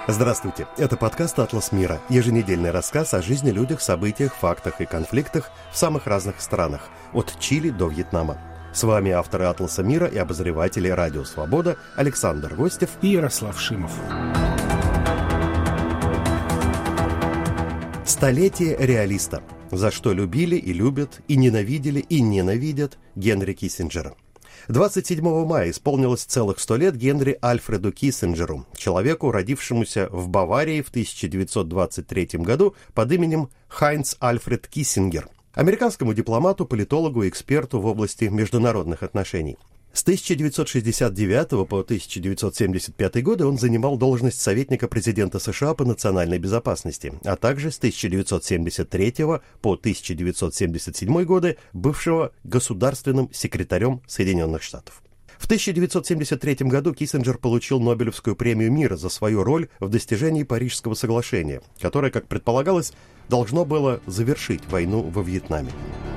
Здравствуйте, это подкаст «Атлас мира», еженедельный рассказ о жизни, людях, событиях, фактах и конфликтах в самых разных странах, от Чили до Вьетнама. С вами авторы «Атласа мира» и обозреватели «Радио Свобода» Александр Гостев и Ярослав Шимов. Столетие реалиста. За что любили и любят, и ненавидели и ненавидят Генри Киссинджера. 27 мая исполнилось целых 100 лет Генри Альфреду Киссинджеру, человеку, родившемуся в Баварии в 1923 году под именем Хайнц Альфред Киссингер, американскому дипломату, политологу и эксперту в области международных отношений. С 1969 по 1975 годы он занимал должность советника президента США по национальной безопасности, а также с 1973 по 1977 годы бывшего государственным секретарем Соединенных Штатов. В 1973 году Киссинджер получил Нобелевскую премию мира за свою роль в достижении Парижского соглашения, которое, как предполагалось, должно было завершить войну во Вьетнаме.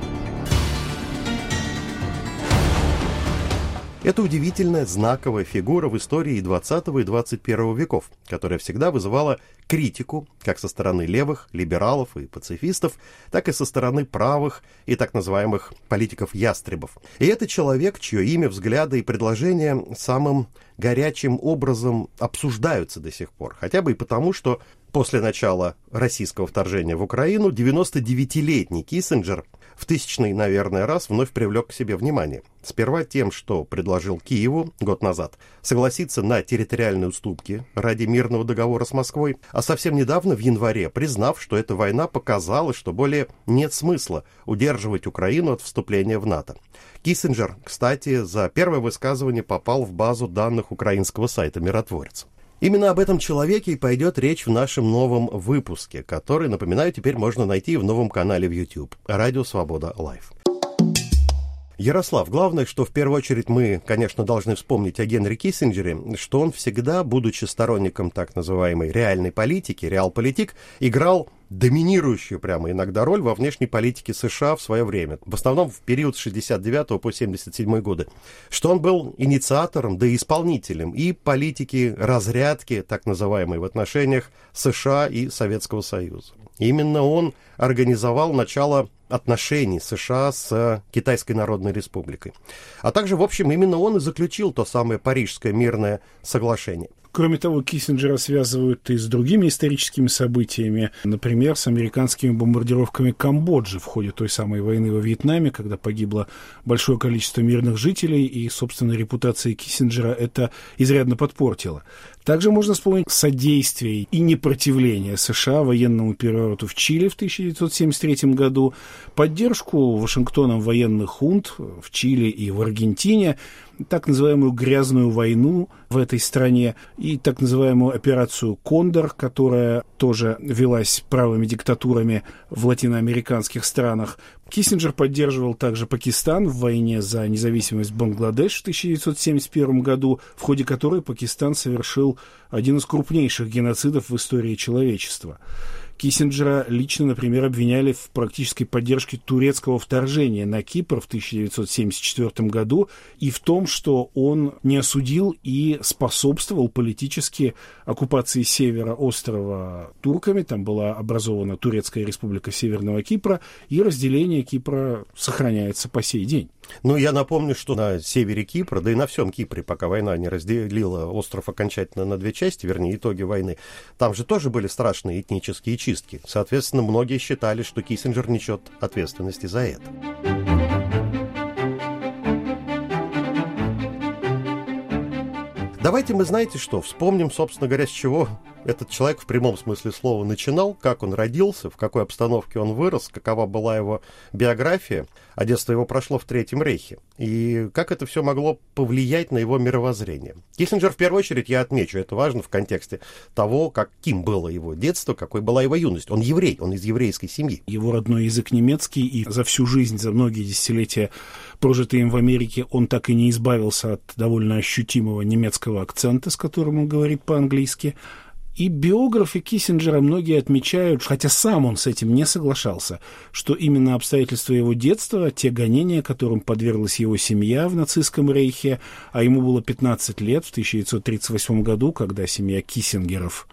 Это удивительная, знаковая фигура в истории 20 и 21 веков, которая всегда вызывала критику как со стороны левых, либералов и пацифистов, так и со стороны правых и так называемых политиков-ястребов. И это человек, чье имя, взгляды и предложения самым горячим образом обсуждаются до сих пор, хотя бы и потому, что после начала российского вторжения в Украину 99-летний Киссинджер в тысячный, наверное, раз вновь привлек к себе внимание. Сперва тем, что предложил Киеву год назад согласиться на территориальные уступки ради мирного договора с Москвой, а совсем недавно, в январе, признав, что эта война показала, что более нет смысла удерживать Украину от вступления в НАТО. Киссинджер, кстати, за первое высказывание попал в базу данных украинского сайта «Миротворец». Именно об этом человеке и пойдет речь в нашем новом выпуске, который, напоминаю, теперь можно найти в новом канале в YouTube «Радио Свобода Лайв». Ярослав, главное, что в первую очередь мы, конечно, должны вспомнить о Генри Киссинджере, что он всегда, будучи сторонником так называемой реальной политики, реалполитик, играл доминирующую прямо иногда роль во внешней политике США в свое время, в основном в период с 69 по 77 годы, что он был инициатором, да и исполнителем и политики разрядки, так называемой, в отношениях США и Советского Союза. Именно он организовал начало отношений США с Китайской Народной Республикой. А также, в общем, именно он и заключил то самое Парижское мирное соглашение. Кроме того, Киссинджера связывают и с другими историческими событиями, например, с американскими бомбардировками Камбоджи в ходе той самой войны во Вьетнаме, когда погибло большое количество мирных жителей, и, собственно, репутация Киссинджера это изрядно подпортила. Также можно вспомнить содействие и непротивление США военному перевороту в Чили в 1973 году, поддержку Вашингтоном военных хунт в Чили и в Аргентине, так называемую грязную войну в этой стране и так называемую операцию «Кондор», которая тоже велась правыми диктатурами в латиноамериканских странах. Киссинджер поддерживал также Пакистан в войне за независимость Бангладеш в 1971 году, в ходе которой Пакистан совершил один из крупнейших геноцидов в истории человечества. Киссинджера лично, например, обвиняли в практической поддержке турецкого вторжения на Кипр в 1974 году и в том, что он не осудил и способствовал политически оккупации севера острова турками. Там была образована Турецкая республика Северного Кипра, и разделение Кипра сохраняется по сей день. Ну, я напомню, что на севере Кипра, да и на всем Кипре, пока война не разделила остров окончательно на две части, вернее, итоги войны, там же тоже были страшные этнические чистки. Соответственно, многие считали, что Киссинджер несет ответственности за это. Давайте мы, знаете что, вспомним, собственно говоря, с чего этот человек в прямом смысле слова начинал, как он родился, в какой обстановке он вырос, какова была его биография, а детство его прошло в Третьем Рейхе, и как это все могло повлиять на его мировоззрение. Киссинджер, в первую очередь, я отмечу, это важно в контексте того, каким было его детство, какой была его юность. Он еврей, он из еврейской семьи. Его родной язык немецкий, и за всю жизнь, за многие десятилетия, прожитые им в Америке, он так и не избавился от довольно ощутимого немецкого акцента, с которым он говорит по-английски. И биографы Киссинджера многие отмечают, хотя сам он с этим не соглашался, что именно обстоятельства его детства, те гонения, которым подверглась его семья в нацистском рейхе, а ему было 15 лет в 1938 году, когда семья Киссингеров,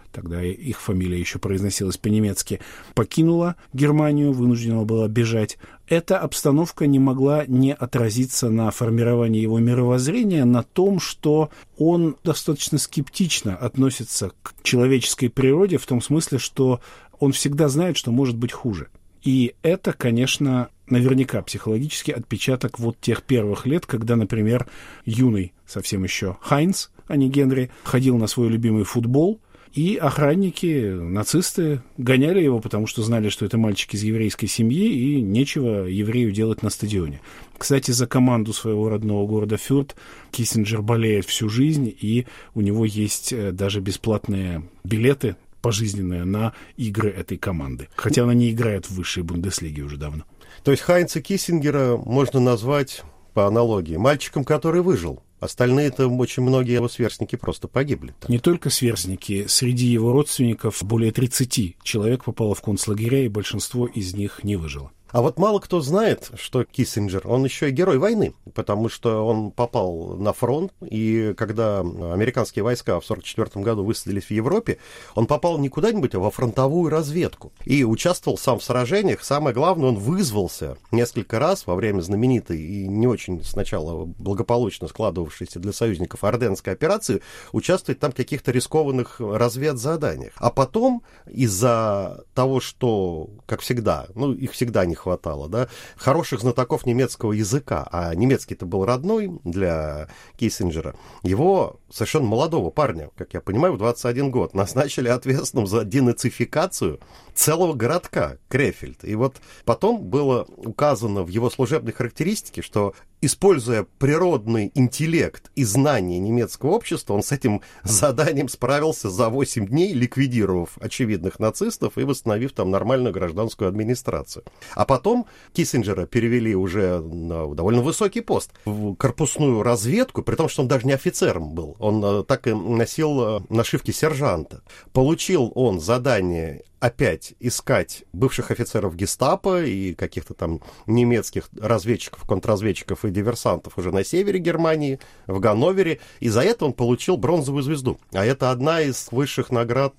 тогда их фамилия еще произносилась по-немецки, покинула Германию, вынуждена была бежать. Эта обстановка не могла не отразиться на формировании его мировоззрения, на том, что он достаточно скептично относится к человеческой природе, в том смысле, что он всегда знает, что может быть хуже. И это, конечно, наверняка психологический отпечаток вот тех первых лет, когда, например, юный совсем еще Хайнц, а не Генри, ходил на свой любимый футбол, и охранники, нацисты, гоняли его, потому что знали, что это мальчик из еврейской семьи, и нечего еврею делать на стадионе. Кстати, за команду своего родного города Фюрт Киссинджер болеет всю жизнь, и у него есть даже бесплатные билеты пожизненные на игры этой команды. Хотя она не играет в высшей Бундеслиге уже давно. То есть Хайнца Киссингера можно назвать, по аналогии, мальчиком, который выжил. Остальные-то, очень многие его сверстники просто погибли. Не только сверстники. Среди его родственников более 30 человек попало в концлагеря, и большинство из них не выжило. А вот мало кто знает, что Киссинджер, он еще и герой войны, потому что он попал на фронт, и когда американские войска в 1944 году высадились в Европе, он попал не куда-нибудь, а во фронтовую разведку. И участвовал сам в сражениях. Самое главное, он вызвался несколько раз во время знаменитой и не очень сначала благополучно складывавшейся для союзников Орденской операции участвовать там в каких-то рискованных разведзаданиях. А потом из-за того, что, как всегда, их всегда не хватало, да, хороших знатоков немецкого языка, а немецкий-то был родной для Киссинджера, его совершенно молодого парня, как я понимаю, в 21 год, назначили ответственным за денацификацию целого городка Крефельд. И вот потом было указано в его служебной характеристике, что, используя природный интеллект и знания немецкого общества, он с этим заданием справился за 8 дней, ликвидировав очевидных нацистов и восстановив там нормальную гражданскую администрацию. А потом Киссинджера перевели уже на довольно высокий пост в корпусную разведку, при том, что он даже не офицером был. Он так и носил нашивки сержанта. Получил он задание опять искать бывших офицеров гестапо и каких-то там немецких разведчиков, контрразведчиков и диверсантов уже на севере Германии, в Ганновере, и за это он получил бронзовую звезду. А это одна из высших наград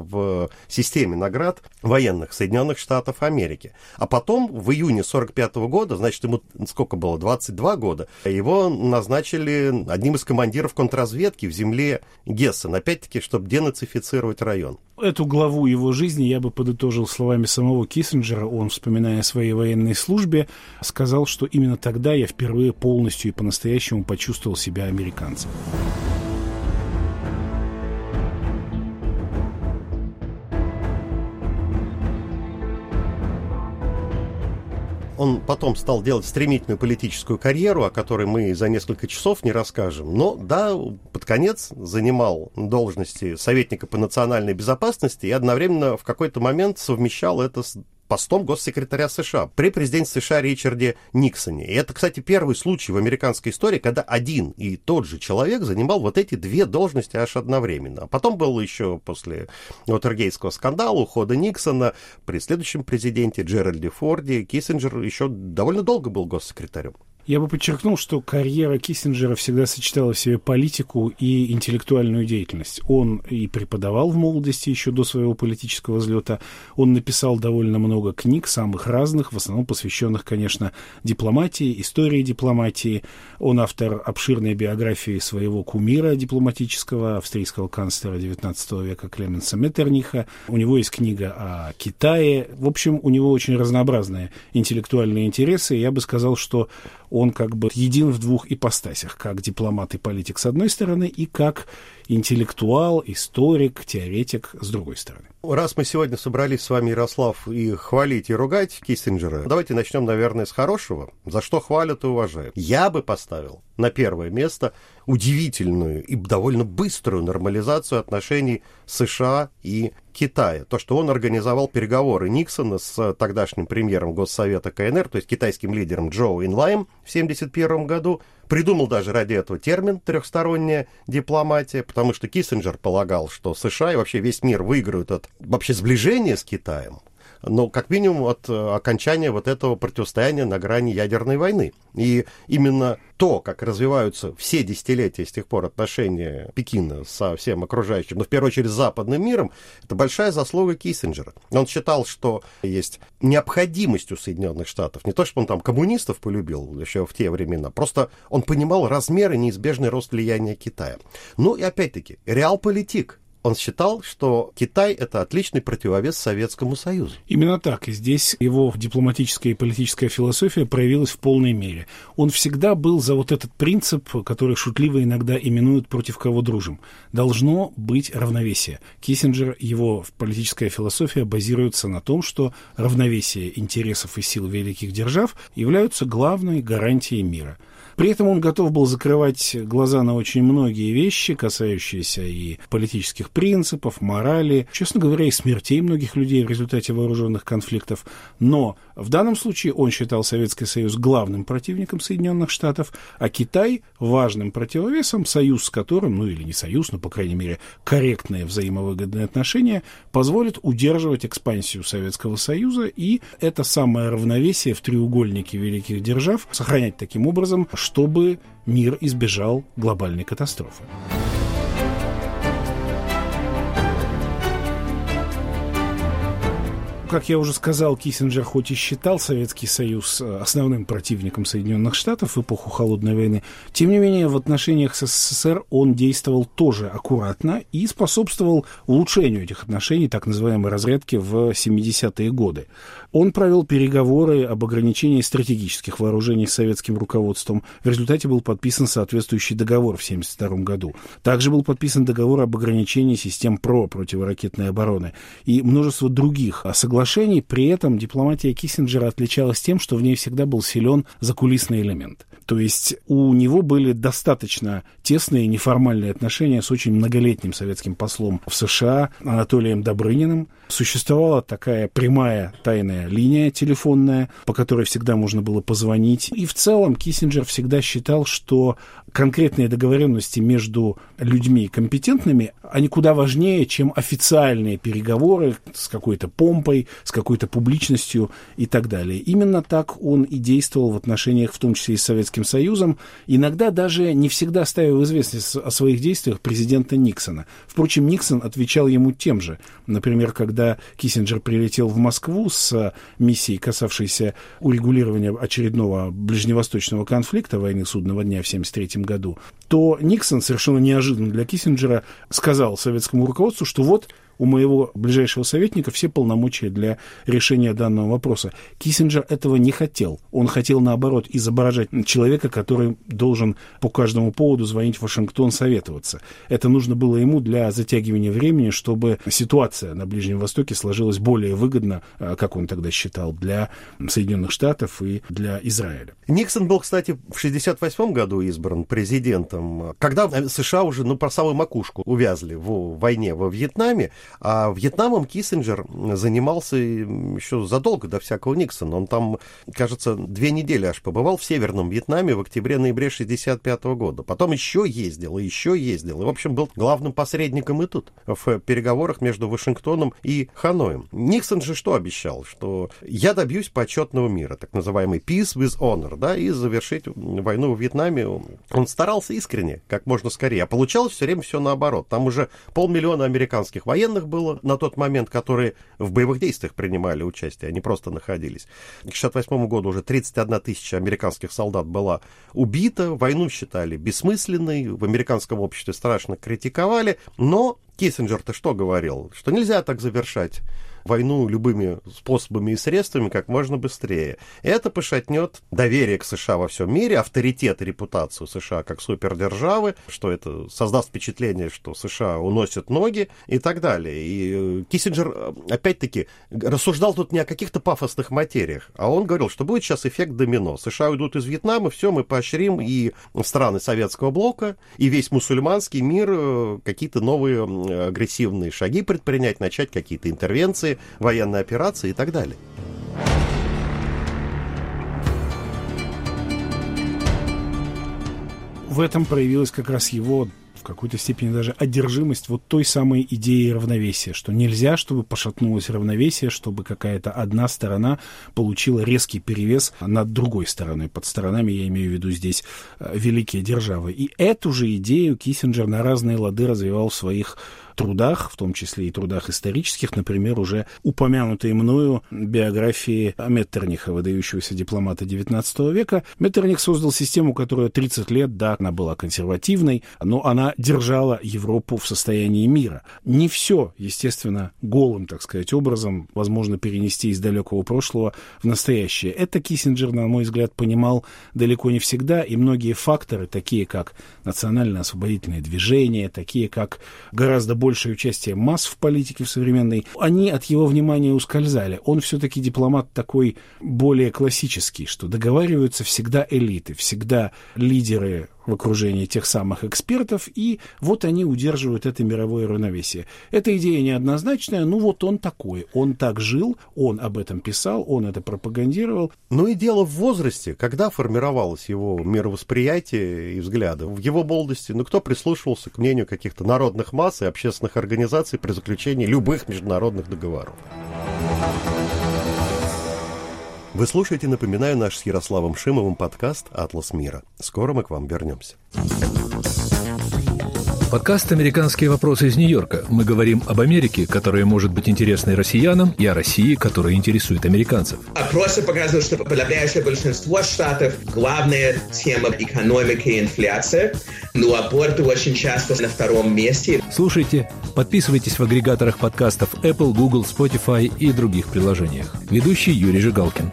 в системе наград военных Соединенных Штатов Америки. А потом, в июне 1945 года, значит, ему сколько было, 22 года, его назначили одним из командиров контрразведки в земле Гессен, опять-таки, чтобы денацифицировать район. Эту главу его жизни я бы подытожил словами самого Киссинджера. Он, вспоминая о своей военной службе, сказал, что именно тогда я впервые полностью и по-настоящему почувствовал себя американцем. Он потом стал делать стремительную политическую карьеру, о которой мы за несколько часов не расскажем. Но, да, под конец занимал должности советника по национальной безопасности и одновременно в какой-то момент совмещал это с постом госсекретаря США при президенте США Ричарде Никсоне. И это, кстати, первый случай в американской истории, когда один и тот же человек занимал вот эти две должности аж одновременно. А потом был еще после Уотергейтского скандала, ухода Никсона, при следующем президенте Джеральде Форде Киссинджер еще довольно долго был госсекретарем. Я бы подчеркнул, что карьера Киссинджера всегда сочетала в себе политику и интеллектуальную деятельность. Он и преподавал в молодости, еще до своего политического взлета. Он написал довольно много книг, самых разных, в основном посвященных, конечно, дипломатии, истории дипломатии. Он автор обширной биографии своего кумира дипломатического, австрийского канцлера XIX века Клеменса Меттерниха. У него есть книга о Китае. В общем, у него очень разнообразные интеллектуальные интересы. Я бы сказал, что он как бы един в двух ипостасях, как дипломат и политик с одной стороны, и как интеллектуал, историк, теоретик с другой стороны. Раз мы сегодня собрались с вами, Ярослав, и хвалить, и ругать Киссинджера, давайте начнем, наверное, с хорошего. За что хвалят и уважают. Я бы поставил на первое место удивительную и довольно быструю нормализацию отношений США и Китая. То, что он организовал переговоры Никсона с тогдашним премьером Госсовета КНР, то есть китайским лидером Чжоу Энлаем в 1971 году, придумал даже ради этого термин «трехсторонняя дипломатия», потому что Киссинджер полагал, что США и вообще весь мир выиграют от вообще сближения с Китаем, но как минимум от окончания вот этого противостояния на грани ядерной войны. И именно то, как развиваются все десятилетия с тех пор отношения Пекина со всем окружающим, но в первую очередь с западным миром, это большая заслуга Киссинджера. Он считал, что есть необходимость у Соединенных Штатов, не то, что он там коммунистов полюбил еще в те времена, просто он понимал размер и неизбежный рост влияния Китая. Ну и опять-таки, реалполитик. Он считал, что Китай – это отличный противовес Советскому Союзу. Именно так. И здесь его дипломатическая и политическая философия проявилась в полной мере. Он всегда был за вот этот принцип, который шутливо иногда именуют «против кого дружим». Должно быть равновесие. Киссинджер, его политическая философия базируется на том, что равновесие интересов и сил великих держав являются главной гарантией мира. При этом он готов был закрывать глаза на очень многие вещи, касающиеся и политических принципов, морали, честно говоря, и смертей многих людей в результате вооруженных конфликтов. Но в данном случае он считал Советский Союз главным противником Соединенных Штатов, а Китай важным противовесом, союз с которым, ну или не союз, но, по крайней мере, корректные взаимовыгодные отношения позволит удерживать экспансию Советского Союза, и это самое равновесие в треугольнике великих держав сохранять таким образом, чтобы мир избежал глобальной катастрофы. Как я уже сказал, Киссинджер хоть и считал Советский Союз основным противником Соединенных Штатов в эпоху Холодной войны, тем не менее в отношениях с СССР он действовал тоже аккуратно и способствовал улучшению этих отношений, так называемой разрядки в 70-е годы. Он провел переговоры об ограничении стратегических вооружений с советским руководством. В результате был подписан соответствующий договор в 1972 году. Также был подписан договор об ограничении систем ПРО, противоракетной обороны, и множество других соглашений. При этом дипломатия Киссинджера отличалась тем, что в ней всегда был силен закулисный элемент. То есть у него были достаточно тесные неформальные отношения с очень многолетним советским послом в США Анатолием Добрыниным. Существовала такая прямая тайная линия телефонная, по которой всегда можно было позвонить. И в целом Киссинджер всегда считал, что конкретные договоренности между людьми компетентными, они куда важнее, чем официальные переговоры с какой-то помпой, с какой-то публичностью и так далее. Именно так он и действовал в отношениях, в том числе и с Советским Союзом, иногда даже не всегда ставя в известность о своих действиях президента Никсона. Впрочем, Никсон отвечал ему тем же. Например, когда Киссинджер прилетел в Москву с миссией, касавшейся урегулирования очередного ближневосточного конфликта, войны Судного дня в 1973 году, то Никсон совершенно неожиданно для Киссинджера сказал советскому руководству, что вот у моего ближайшего советника все полномочия для решения данного вопроса. Киссинджер этого не хотел. Он хотел, наоборот, изображать человека, который должен по каждому поводу звонить в Вашингтон, советоваться. Это нужно было ему для затягивания времени, чтобы ситуация на Ближнем Востоке сложилась более выгодно, как он тогда считал, для Соединенных Штатов и для Израиля. Никсон был, кстати, в 1968 году избран президентом, когда США уже по самую макушку увязли в войне во Вьетнаме. А Вьетнамом Киссинджер занимался еще задолго до всякого Никсона. Он там, кажется, 2 недели аж побывал в Северном Вьетнаме в октябре-ноябре 1965 года. Потом еще ездил. И, в общем, был главным посредником и тут, в переговорах между Вашингтоном и Ханоем. Никсон же что обещал? Что я добьюсь почетного мира, так называемый peace with honor, да, и завершить войну в Вьетнаме. Он старался искренне, как можно скорее. А получалось все время все наоборот. Там уже 500 000 американских военных было на тот момент, которые в боевых действиях принимали участие, они просто находились. К 1968 году уже 31 000 американских солдат была убита, войну считали бессмысленной, в американском обществе страшно критиковали, но Киссинджер-то что говорил? Что нельзя так завершать войну любыми способами и средствами как можно быстрее. Это пошатнет доверие к США во всем мире, авторитет и репутацию США как супердержавы, что это создаст впечатление, что США уносят ноги и так далее. И Киссинджер, опять-таки, рассуждал тут не о каких-то пафосных материях, а он говорил, что будет сейчас эффект домино. США уйдут из Вьетнама, все, мы поощрим и страны Советского блока, и весь мусульманский мир какие-то новые агрессивные шаги предпринять, начать какие-то интервенции, военные операции и так далее. В этом проявилась как раз его в какой-то степени даже одержимость вот той самой идеей равновесия, что нельзя, чтобы пошатнулось равновесие, чтобы какая-то одна сторона получила резкий перевес над другой стороной. Под сторонами я имею в виду здесь великие державы. И эту же идею Киссинджер на разные лады развивал в своих трудах, в том числе и трудах исторических, например, уже упомянутые мною биографии Меттерниха, выдающегося дипломата XIX века. Меттерних создал систему, которая 30 лет, да, она была консервативной, но она держала Европу в состоянии мира. Не все, естественно, голым, так сказать, образом возможно перенести из далекого прошлого в настоящее. Это Киссинджер, на мой взгляд, понимал далеко не всегда, и многие факторы, такие как национально-освободительное движение, такие как гораздо большее участие масс в политике в современной, они от его внимания ускользали. Он все-таки дипломат такой более классический, что договариваются всегда элиты, всегда лидеры в окружении тех самых экспертов, и вот они удерживают это мировое равновесие. Эта идея неоднозначная, ну вот он такой, он так жил, он об этом писал, он это пропагандировал. Ну и дело в возрасте, когда формировалось его мировосприятие и взгляды. В его молодости, кто прислушивался к мнению каких-то народных масс и общественных организаций при заключении любых международных договоров? Вы слушаете, напоминаю, наш с Ярославом Шимовым подкаст «Атлас мира». Скоро мы к вам вернемся. Подкаст «Американские вопросы» из Нью-Йорка. Мы говорим об Америке, которая может быть интересной россиянам, и о России, которая интересует американцев. Опросы показывают, что подавляющее большинство штатов главная тема экономики и инфляция, но аборты очень часто на втором месте. Слушайте, подписывайтесь в агрегаторах подкастов Apple, Google, Spotify и других приложениях. Ведущий Юрий Жигалкин.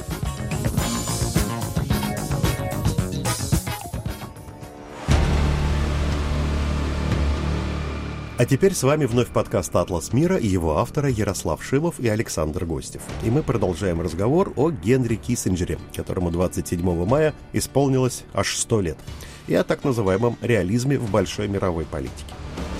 А теперь с вами вновь подкаст «Атлас мира» и его авторы Ярослав Шимов и Александр Гостев. И мы продолжаем разговор о Генри Киссинджере, которому 27 мая исполнилось аж 100 лет, и о так называемом реализме в большой мировой политике.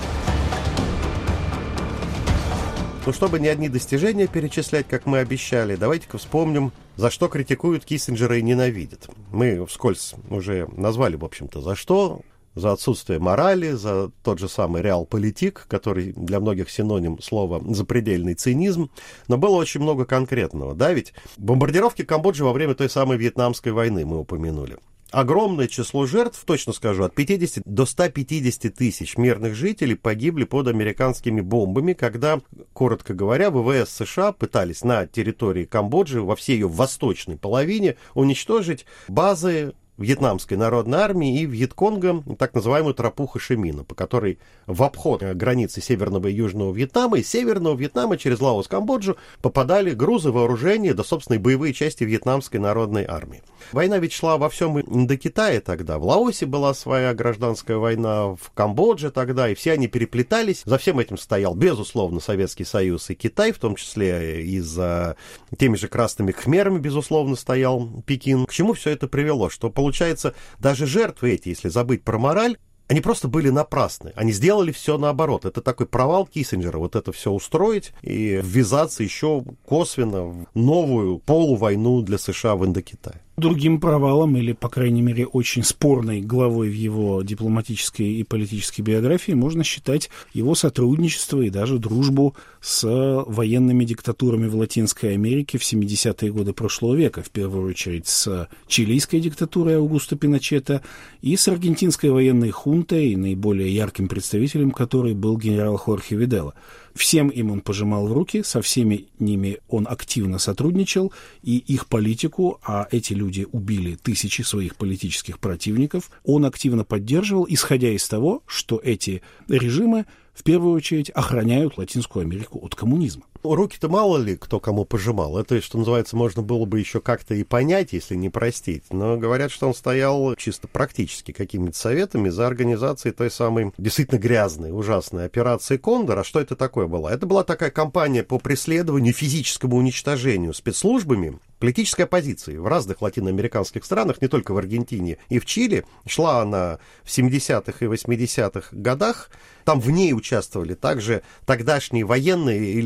Но чтобы не одни достижения перечислять, как мы обещали, давайте-ка вспомним, за что критикуют Киссинджера и ненавидят. Мы вскользь уже назвали, в общем-то, за что. За отсутствие морали, за тот же самый реалполитик, который для многих синоним слова «запредельный цинизм». Но было очень много конкретного, да, ведь бомбардировки Камбоджи во время той самой Вьетнамской войны мы упомянули. Огромное число жертв, точно скажу, от 50 до 150 тысяч мирных жителей погибли под американскими бомбами, когда, коротко говоря, ВВС США пытались на территории Камбоджи, во всей ее восточной половине, уничтожить базы Вьетнамской народной армии и Вьетконга, так называемую тропу Хошимина, по которой в обход границы Северного и Южного Вьетнама из Северного Вьетнама через Лаос, Камбоджу попадали грузы, вооружения, да, собственно, и боевые части Вьетнамской народной армии. Война ведь шла во всем Индокитае тогда. В Лаосе была своя гражданская война, в Камбодже тогда, и все они переплетались. За всем этим стоял, безусловно, Советский Союз и Китай, в том числе и за теми же красными khmerами, безусловно, стоял Пекин. К чему все это привело? Что получается, даже жертвы эти, если забыть про мораль, они просто были напрасны. Они сделали все наоборот. Это такой провал Киссинджера, вот это все устроить и ввязаться еще косвенно в новую полувойну для США в Индокитае. Другим провалом, или, по крайней мере, очень спорной главой в его дипломатической и политической биографии можно считать его сотрудничество и даже дружбу с военными диктатурами в Латинской Америке в 70-е годы прошлого века, в первую очередь с чилийской диктатурой Аугусто Пиночета и с аргентинской военной хунтой, и наиболее ярким представителем которой был генерал Хорхе Видела. Всем им он пожимал в руки, со всеми ними он активно сотрудничал, и их политику, а эти люди убили тысячи своих политических противников, он активно поддерживал, исходя из того, что эти режимы в первую очередь охраняют Латинскую Америку от коммунизма. Руки-то мало ли кто кому пожимал. Это, что называется, можно было бы еще как-то и понять, если не простить. Но говорят, что он стоял чисто практически какими-то советами за организацией той самой действительно грязной, ужасной операции «Кондор». А что это такое было? Это была такая кампания по преследованию, физическому уничтожению спецслужбами политической оппозиции в разных латиноамериканских странах, не только в Аргентине и в Чили. Шла она в 70-х и 80-х годах. Там в ней участвовали также тогдашние военные или, откровенно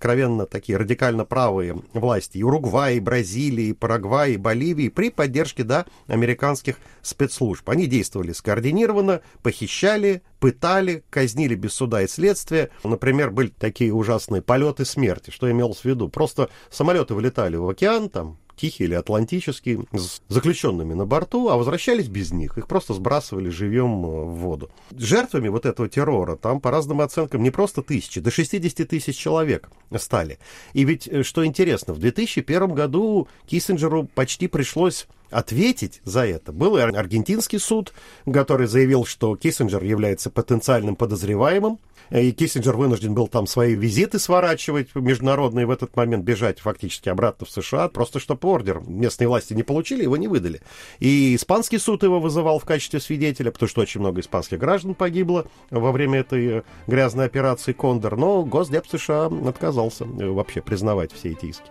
откровенно такие радикально правые власти и Уругвая, и Бразилии, и Парагвая, и Боливии при поддержке, да, американских спецслужб. Они действовали скоординированно, похищали, пытали, казнили без суда и следствия. Например, были такие ужасные полеты смерти. Что имелось в виду? Просто самолеты вылетали в океан, там, Тихий или Атлантический, с заключенными на борту, а возвращались без них. Их просто сбрасывали живьем в воду. Жертвами вот этого террора там, по разным оценкам, не просто тысячи, до 60 тысяч человек стали. И ведь, что интересно, в 2001 году Киссинджеру почти пришлось ответить за это. Был и аргентинский суд, который заявил, что Киссинджер является потенциальным подозреваемым, и Киссинджер вынужден был там свои визиты сворачивать международные в этот момент, бежать фактически обратно в США, просто чтобы ордер местные власти не получили, его не выдали. И испанский суд его вызывал в качестве свидетеля, потому что очень много испанских граждан погибло во время этой грязной операции «Кондор», но Госдеп США отказался вообще признавать все эти иски.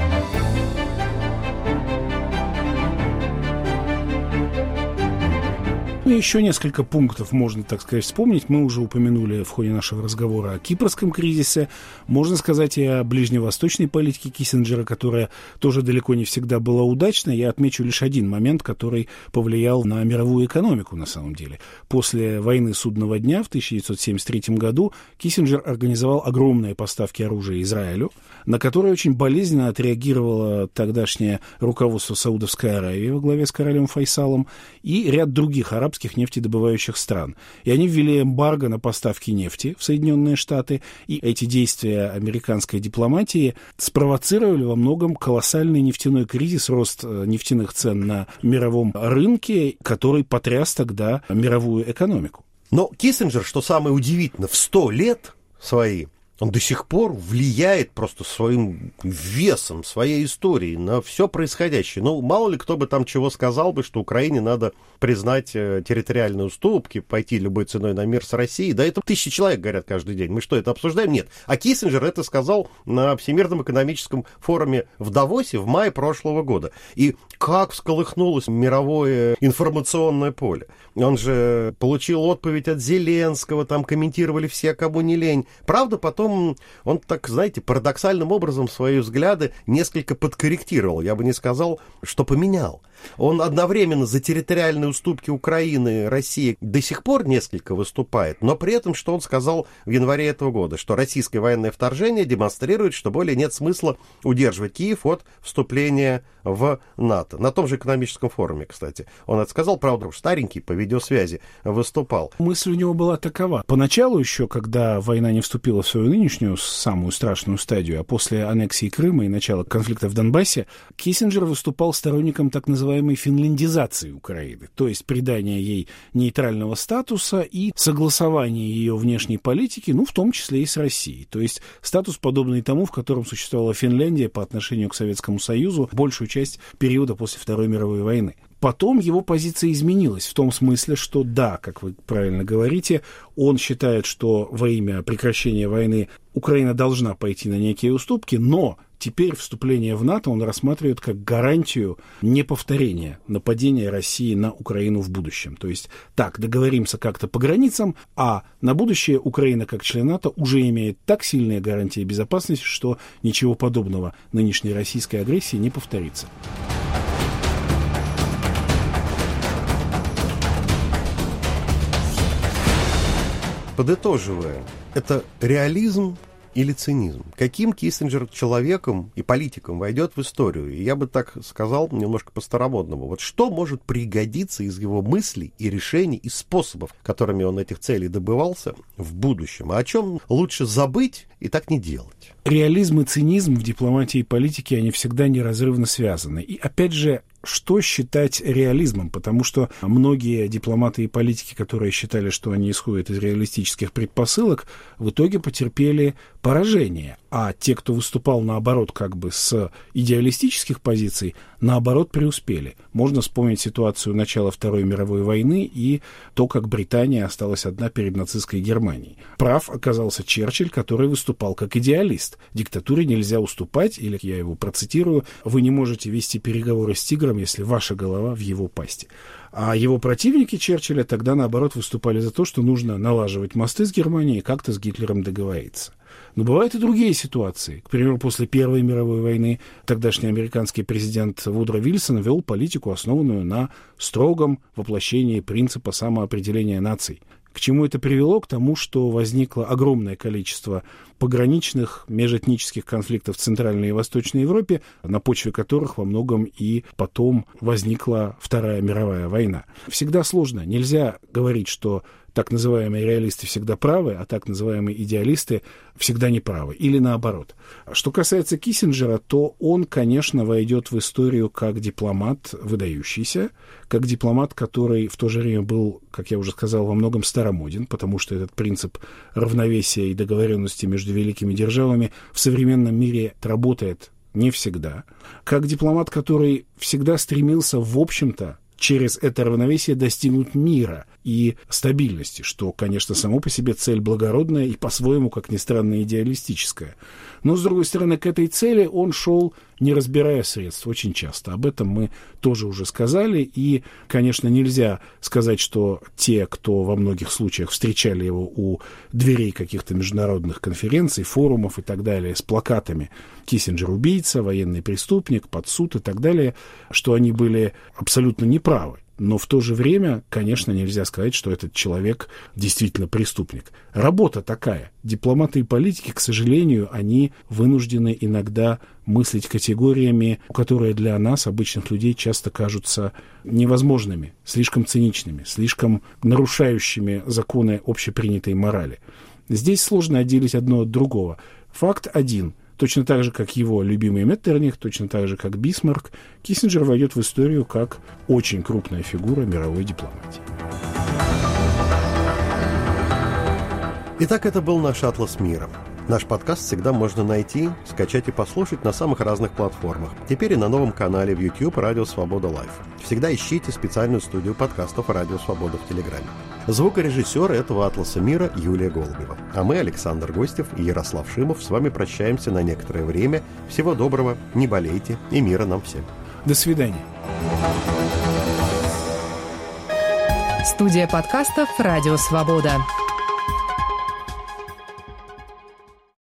Ну, еще несколько пунктов можно, так сказать, вспомнить. Мы уже упомянули в ходе нашего разговора о кипрском кризисе. Можно сказать и о ближневосточной политике Киссинджера, которая тоже далеко не всегда была удачной. Я отмечу лишь один момент, который повлиял на мировую экономику на самом деле. После войны Судного дня в 1973 году Киссинджер организовал огромные поставки оружия Израилю, на которые очень болезненно отреагировало тогдашнее руководство Саудовской Аравии во главе с королем Файсалом и ряд других арабских нефтедобывающих стран. И они ввели эмбарго на поставки нефти в Соединенные Штаты, и эти действия американской дипломатии спровоцировали во многом колоссальный нефтяной кризис, рост нефтяных цен на мировом рынке, который потряс тогда мировую экономику. Но Киссинджер, что самое удивительное, в 100 лет свои он до сих пор влияет просто своим весом, своей историей на все происходящее. Ну, мало ли кто бы там чего сказал бы, что Украине надо признать территориальные уступки, пойти любой ценой на мир с Россией. Да это тысячи человек говорят каждый день. Мы что, это обсуждаем? Нет. А Киссинджер это сказал на Всемирном экономическом форуме в Давосе в мае прошлого года. И как всколыхнулось мировое информационное поле. Он же получил отповедь от Зеленского, там комментировали все, кому не лень. Правда, потом он так, знаете, парадоксальным образом свои взгляды несколько подкорректировал. Я бы не сказал, что поменял. Он одновременно за территориальные уступки Украины, России до сих пор несколько выступает, но при этом, что он сказал в январе этого года, что российское военное вторжение демонстрирует, что более нет смысла удерживать Киев от вступления в НАТО. На том же экономическом форуме, кстати. Он это сказал, правда, старенький, по видеосвязи выступал. Мысль у него была такова. Поначалу еще, когда война не вступила в свою нынешнюю, самую страшную стадию, а после аннексии Крыма и начала конфликта в Донбассе, Киссинджер выступал сторонником так называемой финляндизации Украины, то есть придания ей нейтрального статуса и согласования ее внешней политики, ну, в том числе и с Россией. То есть статус, подобный тому, в котором существовала Финляндия по отношению к Советскому Союзу большую часть периода после Второй мировой войны. Потом его позиция изменилась в том смысле, что да, как вы правильно говорите, он считает, что во имя прекращения войны Украина должна пойти на некие уступки, но теперь вступление в НАТО он рассматривает как гарантию неповторения нападения России на Украину в будущем. То есть так, договоримся как-то по границам, а на будущее Украина как член НАТО уже имеет так сильные гарантии безопасности, что ничего подобного нынешней российской агрессии не повторится. Подытоживая, это реализм или цинизм? Каким Киссинджер человеком и политиком войдет в историю? И я бы так сказал немножко по-старомодному. Вот что может пригодиться из его мыслей и решений, и способов, которыми он этих целей добивался в будущем? А о чем лучше забыть и так не делать? Реализм и цинизм в дипломатии и политике, они всегда неразрывно связаны. И опять же, что считать реализмом? Потому что многие дипломаты и политики, которые считали, что они исходят из реалистических предпосылок, в итоге потерпели поражение. А те, кто выступал наоборот как бы с идеалистических позиций, наоборот преуспели. Можно вспомнить ситуацию начала Второй мировой войны и то, как Британия осталась одна перед нацистской Германией. Прав оказался Черчилль, который выступал как идеалист. Диктатуре нельзя уступать, или, я его процитирую, вы не можете вести переговоры с тигром, если ваша голова в его пасти. А его противники Черчилля тогда, наоборот, выступали за то, что нужно налаживать мосты с Германией и как-то с Гитлером договориться. Но бывают и другие ситуации. К примеру, после Первой мировой войны тогдашний американский президент Вудро Вильсон вел политику, основанную на строгом воплощении принципа самоопределения наций. К чему это привело? К тому, что возникло огромное количество пограничных межэтнических конфликтов в Центральной и Восточной Европе, на почве которых во многом и потом возникла Вторая мировая война. Всегда сложно. Нельзя говорить, что так называемые реалисты всегда правы, а так называемые идеалисты всегда неправы. Или наоборот. Что касается Киссинджера, то он, конечно, войдет в историю как дипломат выдающийся, как дипломат, который в то же время был, как я уже сказал, во многом старомоден, потому что этот принцип равновесия и договоренности между великими державами в современном мире работает не всегда. Как дипломат, который всегда стремился, в общем-то, через это равновесие достигнуть мира и стабильности, что, конечно, само по себе цель благородная и по-своему, как ни странно, идеалистическая. Но, с другой стороны, к этой цели он шел, не разбирая средств, очень часто. Об этом мы тоже уже сказали. И, конечно, нельзя сказать, что те, кто во многих случаях встречали его у дверей каких-то международных конференций, форумов и так далее, с плакатами «Киссинджер убийца», «Военный преступник», «Под суд» и так далее, что они были абсолютно неправы. Но в то же время, конечно, нельзя сказать, что этот человек действительно преступник. Работа такая. Дипломаты и политики, к сожалению, они вынуждены иногда мыслить категориями, которые для нас, обычных людей, часто кажутся невозможными, слишком циничными, слишком нарушающими законы общепринятой морали. Здесь сложно отделить одно от другого. Факт один. Точно так же, как его любимый Меттерних, точно так же, как Бисмарк, Киссинджер войдет в историю как очень крупная фигура мировой дипломатии. Итак, это был наш «Атлас мира». Наш подкаст всегда можно найти, скачать и послушать на самых разных платформах. Теперь и на новом канале в YouTube «Радио Свобода Лайв». Всегда ищите специальную студию подкастов «Радио Свобода» в Телеграме. Звукорежиссер этого «Атласа мира» Юлия Голубева. А мы, Александр Гостев и Ярослав Шимов, с вами прощаемся на некоторое время. Всего доброго, не болейте и мира нам всем. До свидания. Студия подкастов «Радио Свобода».